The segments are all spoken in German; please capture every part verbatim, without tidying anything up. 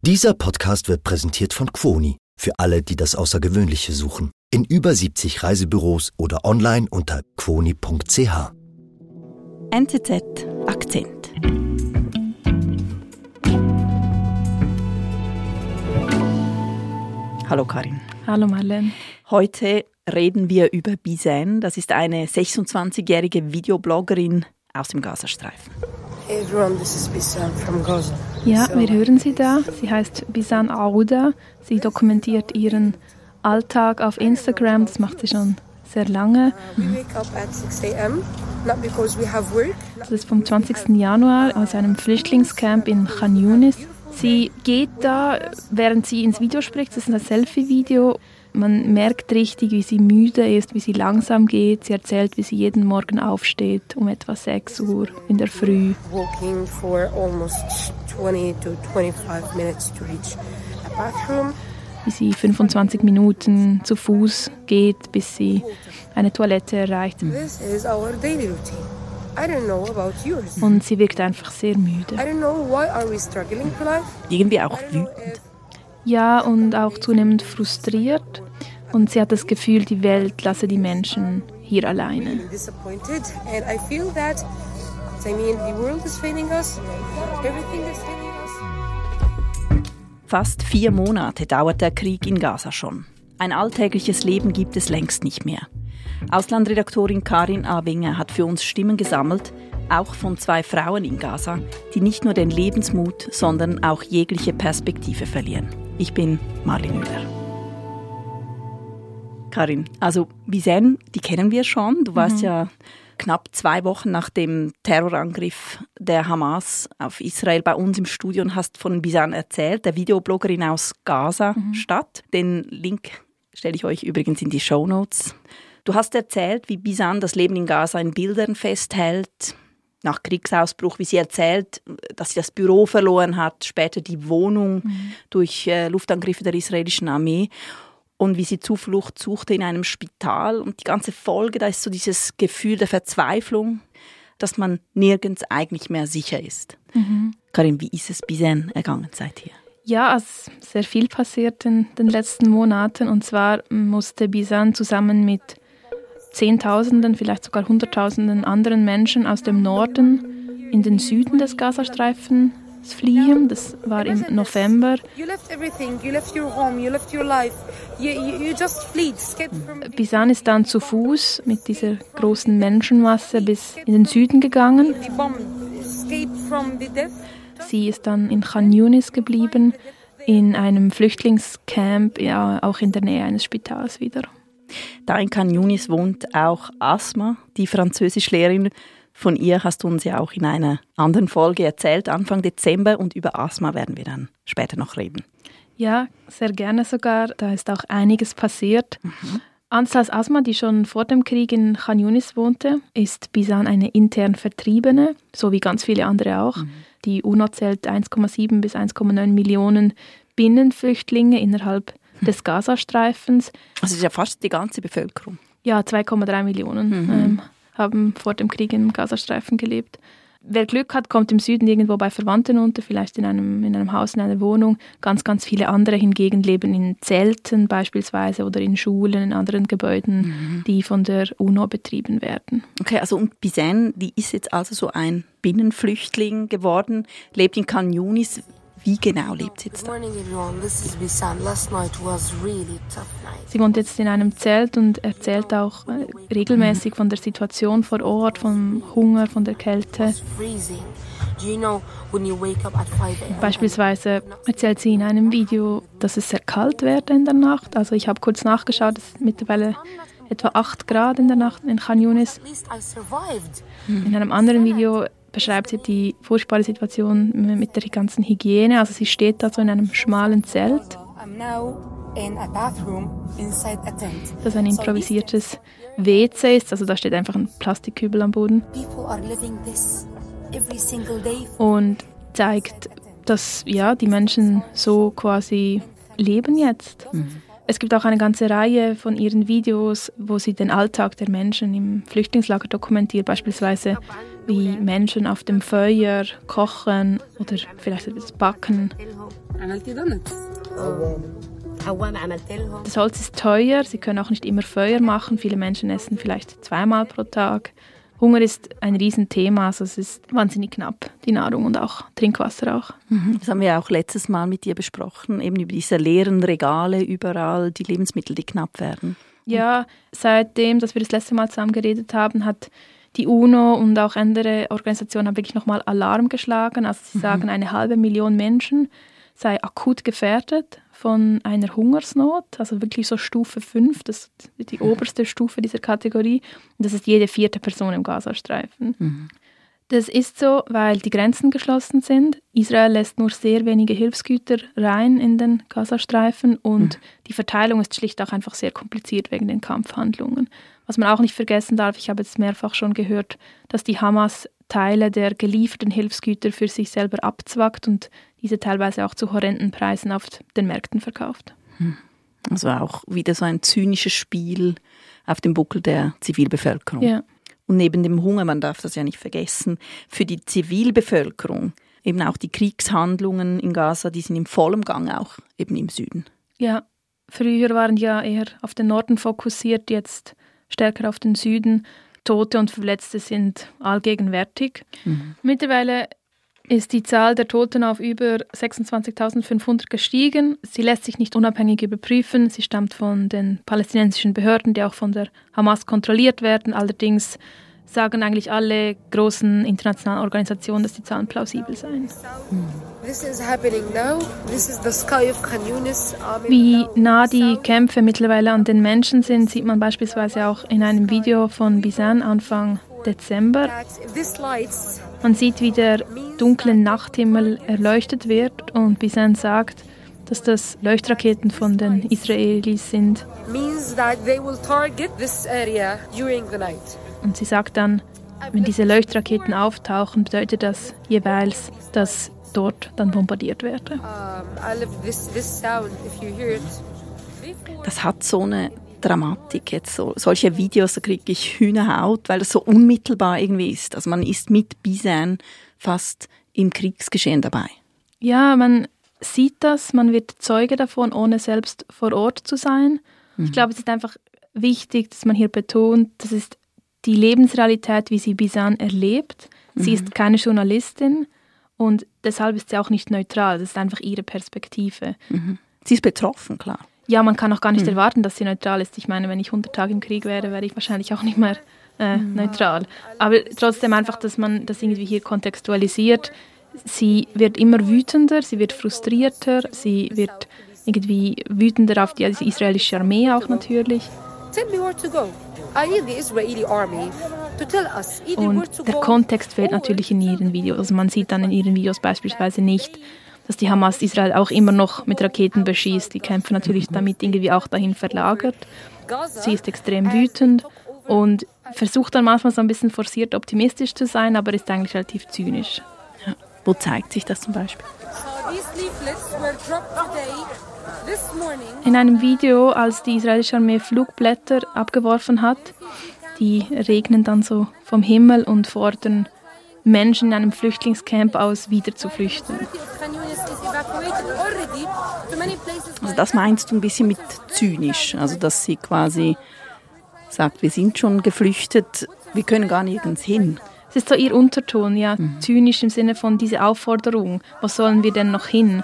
Dieser Podcast wird präsentiert von Kwoni, für alle, die das Außergewöhnliche suchen. In über siebzig Reisebüros oder online unter kwoni punkt c h. N Z Z Akzent. Hallo Karin. Hallo Marlene. Heute reden wir über Bizen. Das ist eine sechsundzwanzigjährige Videobloggerin aus dem Gazastreifen. Hey everyone, this is Bizen from Gaza. Ja, So- wir hören sie da. Sie heißt Bizen Aouda. Sie dokumentiert ihren Alltag auf Instagram. Das macht sie schon sehr lange. We wake up at six a.m. not because we have work. Das ist vom zwanzigsten Januar aus einem Flüchtlingscamp in Khan Yunis. Sie geht da, während sie ins Video spricht. Das ist ein Selfie-Video. Man merkt richtig, wie sie müde ist, wie sie langsam geht. Sie erzählt, wie sie jeden Morgen aufsteht, um etwa sechs Uhr in der Früh. Walking for almost twenty to twenty-five minutes to reach a bathroom. Wie sie fünfundzwanzig Minuten zu Fuß geht, bis sie eine Toilette erreicht. This is our daily routine. I don't know about yours. Und sie wirkt einfach sehr müde. I don't know why are we struggling to life. Irgendwie auch I don't know wütend. if Ja, und auch zunehmend frustriert. Und sie hat das Gefühl, die Welt lasse die Menschen hier alleine. I'm disappointed and I feel that I mean the world is failing us. Everything is failing us. Fast vier Monate dauert der Krieg in Gaza schon. Ein alltägliches Leben gibt es längst nicht mehr. Auslandredaktorin Karin Awinger hat für uns Stimmen gesammelt, auch von zwei Frauen in Gaza, die nicht nur den Lebensmut, sondern auch jegliche Perspektive verlieren. Ich bin Marlene Müller. Karin, also Bizen, die kennen wir schon. Du warst Mhm. ja knapp zwei Wochen nach dem Terrorangriff der Hamas auf Israel bei uns im Studio und hast von Bizen erzählt, der Videobloggerin aus Gaza-Stadt. Den Link stelle ich euch übrigens in die Shownotes. Du hast erzählt, wie Bizen das Leben in Gaza in Bildern festhält, nach Kriegsausbruch, wie sie erzählt, dass sie das Büro verloren hat, später die Wohnung Mhm. durch äh, Luftangriffe der israelischen Armee und wie sie Zuflucht suchte in einem Spital. Und die ganze Folge, da ist so dieses Gefühl der Verzweiflung, dass man nirgends eigentlich mehr sicher ist. Mhm. Karin, wie ist es Bizen ergangen seither? Ja, es ist sehr viel passiert in den letzten Monaten. Und zwar musste Bizen zusammen mit Zehntausenden, vielleicht sogar Hunderttausenden anderen Menschen aus dem Norden in den Süden des Gazastreifens fliehen. Das war im November. You left everything. You left your home. You left your life. You, you, you just fled, escaped from Bizen ist dann zu Fuß mit dieser großen Menschenmasse bis in den Süden gegangen. the bomb, escaped from the death. Sie ist dann in Khan Yunis geblieben, in einem Flüchtlingscamp, ja, auch in der Nähe eines Spitals wieder. Da in Khan Yunis wohnt auch Asma, die Französischlehrerin. Von ihr hast du uns ja auch in einer anderen Folge erzählt, Anfang Dezember. Und über Asma werden wir dann später noch reden. Ja, sehr gerne sogar. Da ist auch einiges passiert. Mhm. Anders als Asma, die schon vor dem Krieg in Khan Yunis wohnte, ist Bizen eine intern Vertriebene, so wie ganz viele andere auch. Mhm. Die UNO zählt eins Komma sieben bis eins Komma neun Millionen Binnenflüchtlinge innerhalb des Gazastreifens. Also das ist ja fast die ganze Bevölkerung. Ja, zwei Komma drei Millionen Mhm. ähm, haben vor dem Krieg im Gazastreifen gelebt. Wer Glück hat, kommt im Süden irgendwo bei Verwandten unter, vielleicht in einem, in einem Haus, in einer Wohnung. Ganz, ganz viele andere hingegen leben in Zelten beispielsweise oder in Schulen, in anderen Gebäuden, Mhm. die von der UNO betrieben werden. Okay, also und Bizen, die ist jetzt also so ein Binnenflüchtling geworden, lebt in Khan Yunis. Wie genau lebt sie jetzt Good da? morning, everyone. This is Bisan. Last night was really tough night. Sie wohnt jetzt in einem Zelt und erzählt auch äh, regelmäßig von der Situation vor Ort, vom Hunger, von der Kälte. It's freezing. Do you know when you wake up at five a.m. Beispielsweise erzählt sie in einem Video, dass es sehr kalt werde in der Nacht. Also ich habe kurz nachgeschaut, es ist mittlerweile etwa acht Grad in der Nacht in Khan Yunis. At least I survived. In einem anderen Video beschreibt sie die furchtbare Situation mit der ganzen Hygiene. Also sie steht da so in einem schmalen Zelt, I'm now in a bathroom inside a tent. das ein improvisiertes W C ist. Also da steht einfach ein Plastikkübel am Boden People are living this every single day. und zeigt, dass ja, die Menschen so quasi leben jetzt. Es gibt auch eine ganze Reihe von ihren Videos, wo sie den Alltag der Menschen im Flüchtlingslager dokumentiert, beispielsweise wie Menschen auf dem Feuer kochen oder vielleicht etwas backen. Das Holz ist teuer, sie können auch nicht immer Feuer machen, viele Menschen essen vielleicht zweimal pro Tag. Hunger ist ein Riesenthema, also es ist wahnsinnig knapp, die Nahrung und auch Trinkwasser auch. Das haben wir auch letztes Mal mit dir besprochen, eben über diese leeren Regale überall, die Lebensmittel, die knapp werden. Ja, seitdem, dass wir das letzte Mal zusammen geredet haben, hat die UNO und auch andere Organisationen haben wirklich nochmal Alarm geschlagen. Also sie sagen, eine halbe Million Menschen sei akut gefährdet von einer Hungersnot, also wirklich so Stufe fünf, das ist die oberste Stufe dieser Kategorie. Und das ist jede vierte Person im Gazastreifen. Mhm. Das ist so, weil die Grenzen geschlossen sind. Israel lässt nur sehr wenige Hilfsgüter rein in den Gazastreifen und mhm. die Verteilung ist schlicht auch einfach sehr kompliziert wegen den Kampfhandlungen. Was man auch nicht vergessen darf, ich habe jetzt mehrfach schon gehört, dass die Hamas Teile der gelieferten Hilfsgüter für sich selber abzwackt und diese teilweise auch zu horrenden Preisen auf den Märkten verkauft. Also auch wieder so ein zynisches Spiel auf dem Buckel der Zivilbevölkerung. Ja. Und neben dem Hunger, man darf das ja nicht vergessen, für die Zivilbevölkerung, eben auch die Kriegshandlungen in Gaza, die sind im vollen Gang, auch eben im Süden. Ja, früher waren ja eher auf den Norden fokussiert, jetzt stärker auf den Süden. Tote und Verletzte sind allgegenwärtig. Mhm. Mittlerweile ist die Zahl der Toten auf über sechsundzwanzigtausendfünfhundert gestiegen. Sie lässt sich nicht unabhängig überprüfen. Sie stammt von den palästinensischen Behörden, die auch von der Hamas kontrolliert werden. Allerdings sagen eigentlich alle großen internationalen Organisationen, dass die Zahlen plausibel seien. Wie nah die Kämpfe mittlerweile an den Menschen sind, sieht man beispielsweise auch in einem Video von Bisan Anfang Dezember. Man sieht, wie der dunkle Nachthimmel erleuchtet wird und Bisan sagt, dass das Leuchtraketen von den Israelis sind. Und sie sagt dann, wenn diese Leuchtraketen auftauchen, bedeutet das jeweils, dass dort dann bombardiert werde. Das hat so eine Dramatik jetzt. So, solche Videos, da kriege ich Hühnerhaut, weil das so unmittelbar irgendwie ist. Also man ist mit Bisan fast im Kriegsgeschehen dabei. Ja, man sieht das, man wird Zeuge davon, ohne selbst vor Ort zu sein. Mhm. Ich glaube, es ist einfach wichtig, dass man hier betont, das ist die Lebensrealität, wie sie Bisan erlebt. Sie mhm. ist keine Journalistin und deshalb ist sie auch nicht neutral. Das ist einfach ihre Perspektive. Mhm. Sie ist betroffen, klar. Ja, man kann auch gar nicht mhm. erwarten, dass sie neutral ist. Ich meine, wenn ich hundert Tage im Krieg wäre, wäre ich wahrscheinlich auch nicht mehr äh, mhm. neutral. Aber trotzdem einfach, dass man das irgendwie hier kontextualisiert. Sie wird immer wütender, sie wird frustrierter, sie wird irgendwie wütender auf die israelische Armee auch natürlich. Tell me where to go. I need the Israeli army to tell us either where to Und der go. Kontext fehlt natürlich in ihren Videos. Also man sieht dann in ihren Videos beispielsweise nicht, dass die Hamas Israel auch immer noch mit Raketen beschießt. Die Kämpfe natürlich damit irgendwie auch dahin verlagert. Sie ist extrem wütend und versucht dann manchmal so ein bisschen forciert optimistisch zu sein, aber ist eigentlich relativ zynisch. Ja. Wo zeigt sich das zum Beispiel? In einem Video, als die israelische Armee Flugblätter abgeworfen hat, die regnen dann so vom Himmel und fordern Menschen in einem Flüchtlingscamp aus, wieder zu flüchten. Also das meinst du ein bisschen mit zynisch, also dass sie quasi sagt, wir sind schon geflüchtet, wir können gar nirgends hin. Es ist so ihr Unterton, ja, mhm. zynisch im Sinne von diese Aufforderung, wo sollen wir denn noch hin?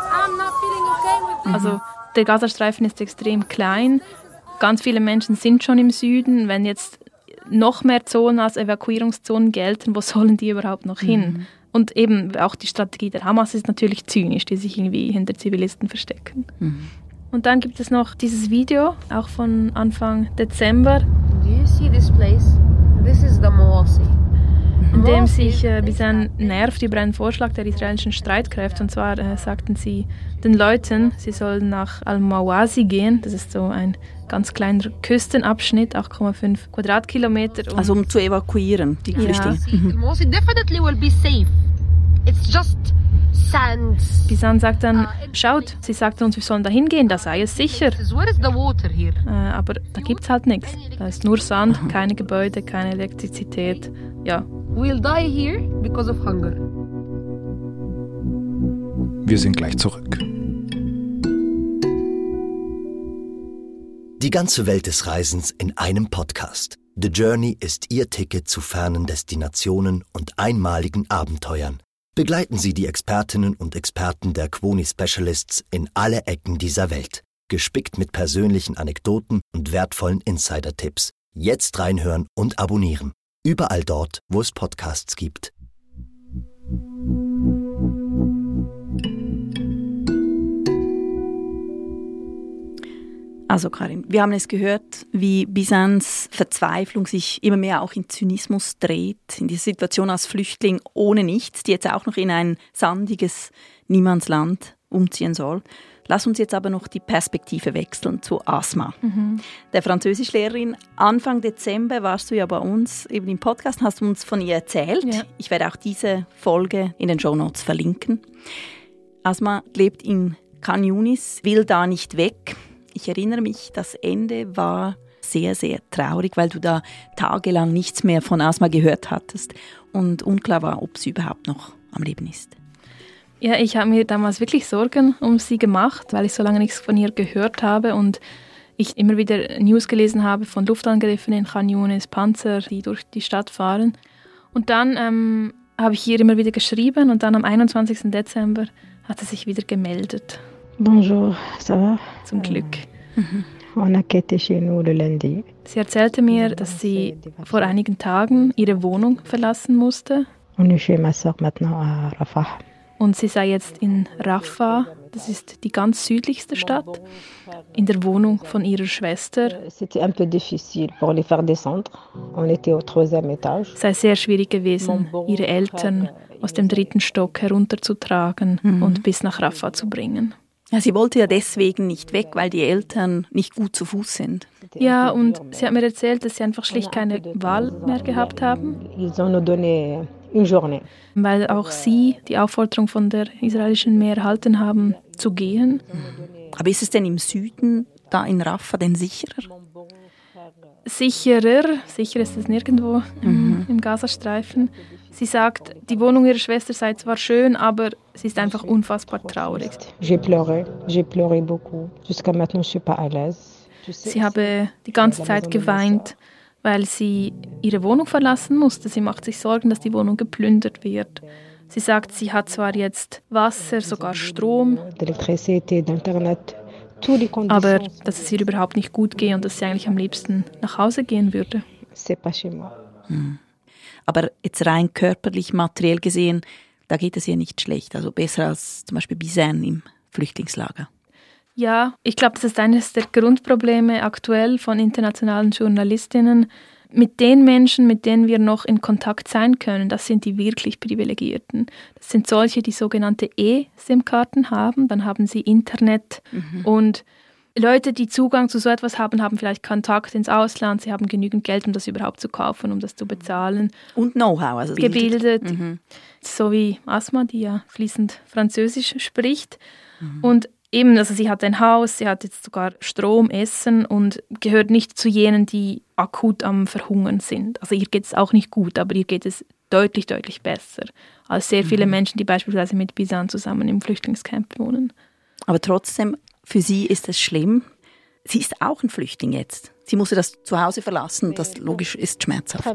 Also der Gazastreifen ist extrem klein, ganz viele Menschen sind schon im Süden, wenn jetzt noch mehr Zonen als Evakuierungszonen gelten, wo sollen die überhaupt noch hin? Mhm. Und eben auch die Strategie der Hamas ist natürlich zynisch, die sich irgendwie hinter Zivilisten verstecken. Mhm. Und dann gibt es noch dieses Video, auch von Anfang Dezember. Do you see this place? This is the Mawasi. In dem sich äh, Bisan nervt über einen Vorschlag der israelischen Streitkräfte. Und zwar äh, sagten sie den Leuten, sie sollen nach Al-Mawasi gehen. Das ist so ein ganz kleiner Küstenabschnitt, acht Komma fünf Quadratkilometer. Also um zu evakuieren, die Flüchtlinge. Ja. Mhm. Mawasi definitely will be safe. It's just sand. Bisan sagt dann, schaut, sie sagten uns, wir sollen da hingehen, da sei es sicher. Where is the water here? Äh, aber da gibt es halt nichts. Da ist nur Sand, keine Gebäude, keine Elektrizität. Ja. We'll die here because of hunger. Wir sind gleich zurück. Die ganze Welt des Reisens in einem Podcast. The Journey ist Ihr Ticket zu fernen Destinationen und einmaligen Abenteuern. Begleiten Sie die Expertinnen und Experten der Kwoni Specialists in alle Ecken dieser Welt. Gespickt mit persönlichen Anekdoten und wertvollen Insider-Tipps. Jetzt reinhören und abonnieren. Überall dort, wo es Podcasts gibt. Also Karin, wir haben es gehört, wie Bisans Verzweiflung sich immer mehr auch in Zynismus dreht, in dieser Situation als Flüchtling ohne nichts, die jetzt auch noch in ein sandiges Niemandsland umziehen soll. Lass uns jetzt aber noch die Perspektive wechseln zu Asma, mhm. der Französischlehrerin. Anfang Dezember warst du ja bei uns eben im Podcast, hast du uns von ihr erzählt. Ja. Ich werde auch diese Folge in den Shownotes verlinken. Asma lebt in Khan Yunis, will da nicht weg. Ich erinnere mich, das Ende war sehr, sehr traurig, weil du da tagelang nichts mehr von Asma gehört hattest und unklar war, ob sie überhaupt noch am Leben ist. Ja, ich habe mir damals wirklich Sorgen um sie gemacht, weil ich so lange nichts von ihr gehört habe und ich immer wieder News gelesen habe von Luftangriffen in Khan Yunis, Panzer, die durch die Stadt fahren. Und dann ähm, habe ich ihr immer wieder geschrieben und dann am einundzwanzigsten Dezember hat sie sich wieder gemeldet. Bonjour, ça va? Zum Glück. Mhm. On a quitté chez nous le lundi. Sie erzählte mir, dass sie vor einigen Tagen ihre Wohnung verlassen musste. On est chez ma sœur maintenant à Rafah. Und sie sei jetzt in Rafah, das ist die ganz südlichste Stadt, in der Wohnung von ihrer Schwester. C'était un peu difficile pour les faire descendre. On était au troisième étage. Es sei sehr schwierig gewesen, ihre Eltern aus dem dritten Stock herunterzutragen mhm. und bis nach Rafah zu bringen. Ja, sie wollte ja deswegen nicht weg, weil die Eltern nicht gut zu Fuß sind. Ja, und sie hat mir erzählt, dass sie einfach schlicht keine Wahl mehr gehabt haben. Weil auch sie die Aufforderung von der israelischen Meer erhalten haben, zu gehen. Aber ist es denn im Süden, da in Rafah, denn sicherer? Sicherer, sicher ist es nirgendwo mhm. im Gazastreifen. Sie sagt, die Wohnung ihrer Schwester sei zwar schön, aber sie ist einfach unfassbar traurig. J'ai pleuré, j'ai pleuré beaucoup. Jusqu'à maintenant, je suis pas à l'aise. Sie habe die ganze Zeit geweint, weil sie ihre Wohnung verlassen musste. Sie macht sich Sorgen, dass die Wohnung geplündert wird. Sie sagt, sie hat zwar jetzt Wasser, sogar Strom, aber dass es ihr überhaupt nicht gut gehe und dass sie eigentlich am liebsten nach Hause gehen würde. Hm. Aber jetzt rein körperlich, materiell gesehen, da geht es ihr nicht schlecht. Also besser als zum Beispiel Bisan im Flüchtlingslager. Ja, ich glaube, das ist eines der Grundprobleme aktuell von internationalen Journalistinnen. Mit den Menschen, mit denen wir noch in Kontakt sein können, das sind die wirklich Privilegierten. Das sind solche, die sogenannte E-SIM-Karten haben, dann haben sie Internet mhm. und Leute, die Zugang zu so etwas haben, haben vielleicht Kontakt ins Ausland, sie haben genügend Geld, um das überhaupt zu kaufen, um das zu bezahlen. Und Know-how, also gebildet. Mhm. So wie Asma, die ja fließend Französisch spricht. Mhm. Und eben, also sie hat ein Haus, sie hat jetzt sogar Strom, Essen und gehört nicht zu jenen, die akut am Verhungern sind. Also ihr geht es auch nicht gut, aber ihr geht es deutlich, deutlich besser als sehr viele mhm. Menschen, die beispielsweise mit Bisan zusammen im Flüchtlingscamp wohnen. Aber trotzdem, für sie ist es schlimm. Sie ist auch ein Flüchtling jetzt. Sie musste das Zuhause verlassen. Das logisch ist schmerzhaft.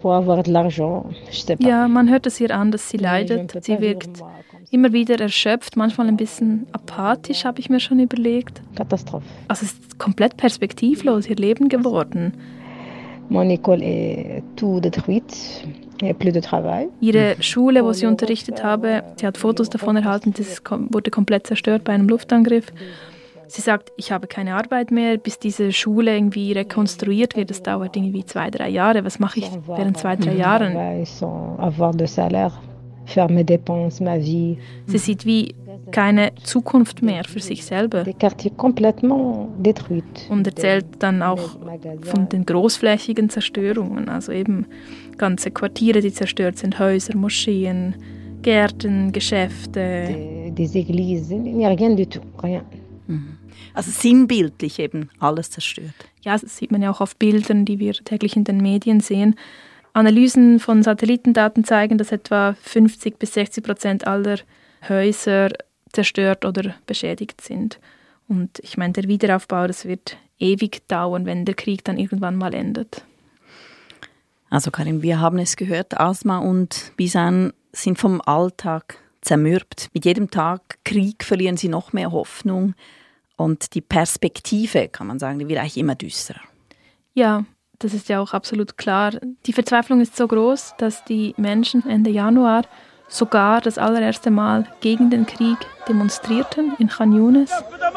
Ja, man hört es ihr an, dass sie leidet. Sie wirkt immer wieder erschöpft, manchmal ein bisschen apathisch, habe ich mir schon überlegt. Katastrophe. Also es ist komplett perspektivlos ihr Leben geworden. Mon école est tout détruite. Ihre Schule, wo sie unterrichtet habe, sie hat Fotos davon erhalten, das wurde komplett zerstört bei einem Luftangriff. Sie sagt, ich habe keine Arbeit mehr, bis diese Schule irgendwie rekonstruiert wird. Das dauert irgendwie zwei, drei Jahre. Was mache ich während zwei, drei Jahren? Sie sieht wie keine Zukunft mehr für sich selber. Und erzählt dann auch von den großflächigen Zerstörungen, also eben ganze Quartiere, die zerstört sind, Häuser, Moscheen, Gärten, Geschäfte. Des, des églises, il n'y a rien du tout, rien. Also sinnbildlich eben alles zerstört. Ja, das sieht man ja auch auf Bildern, die wir täglich in den Medien sehen. Analysen von Satellitendaten zeigen, dass etwa fünfzig bis sechzig Prozent aller Häuser zerstört oder beschädigt sind. Und ich meine, der Wiederaufbau, das wird ewig dauern, wenn der Krieg dann irgendwann mal endet. Also Karin, wir haben es gehört, Asma und Bisan sind vom Alltag zermürbt. Mit jedem Tag Krieg verlieren sie noch mehr Hoffnung und die Perspektive, kann man sagen, die wird eigentlich immer düsterer. Ja, das ist ja auch absolut klar. Die Verzweiflung ist so groß, dass die Menschen Ende Januar sogar das allererste Mal gegen den Krieg demonstrierten in Khan Younis.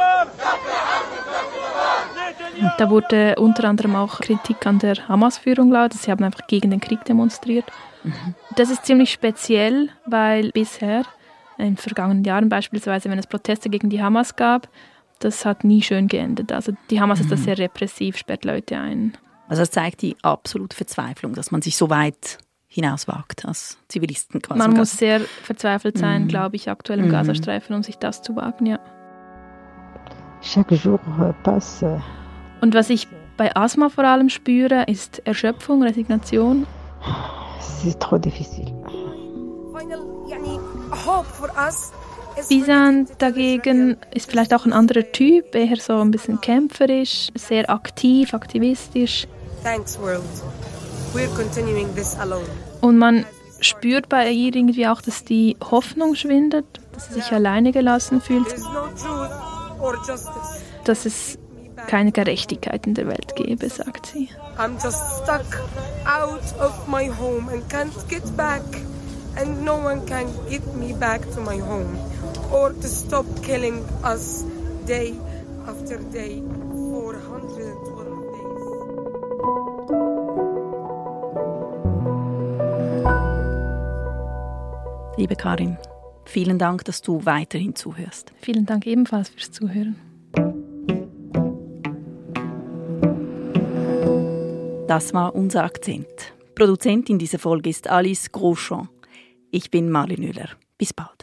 Und da wurde unter anderem auch Kritik an der Hamas-Führung laut. Sie haben einfach gegen den Krieg demonstriert. Mhm. Das ist ziemlich speziell, weil bisher, in vergangenen Jahren beispielsweise, wenn es Proteste gegen die Hamas gab, das hat nie schön geendet. Also die Hamas mhm. ist da sehr repressiv, sperrt Leute ein. Also das zeigt die absolute Verzweiflung, dass man sich so weit hinauswagt als Zivilisten quasi. Man muss sehr verzweifelt sein, mhm. glaube ich, aktuell im mhm. Gazastreifen, um sich das zu wagen, ja. Chaque jour passe. Und was ich bei Asma vor allem spüre, ist Erschöpfung, Resignation. C'est trop difficile. Bisan dagegen ist vielleicht auch ein anderer Typ, eher so ein bisschen kämpferisch, sehr aktiv, aktivistisch. Thanks, world. We're continuing this alone. Und man spürt bei ihr irgendwie auch, dass die Hoffnung schwindet, dass sie sich alleine gelassen fühlt, dass es keine Gerechtigkeit in der Welt gäbe, sagt sie. I'm just stuck out of my home and can't get back. And no one can get me back to my home or to stop killing us day after day for one hundred twelve days. Liebe Karin, vielen Dank, dass du weiterhin zuhörst. Vielen Dank ebenfalls fürs Zuhören. Das war unser Akzent. Produzentin dieser Folge ist Alice Groschon. Ich bin Marlene Müller. Bis bald.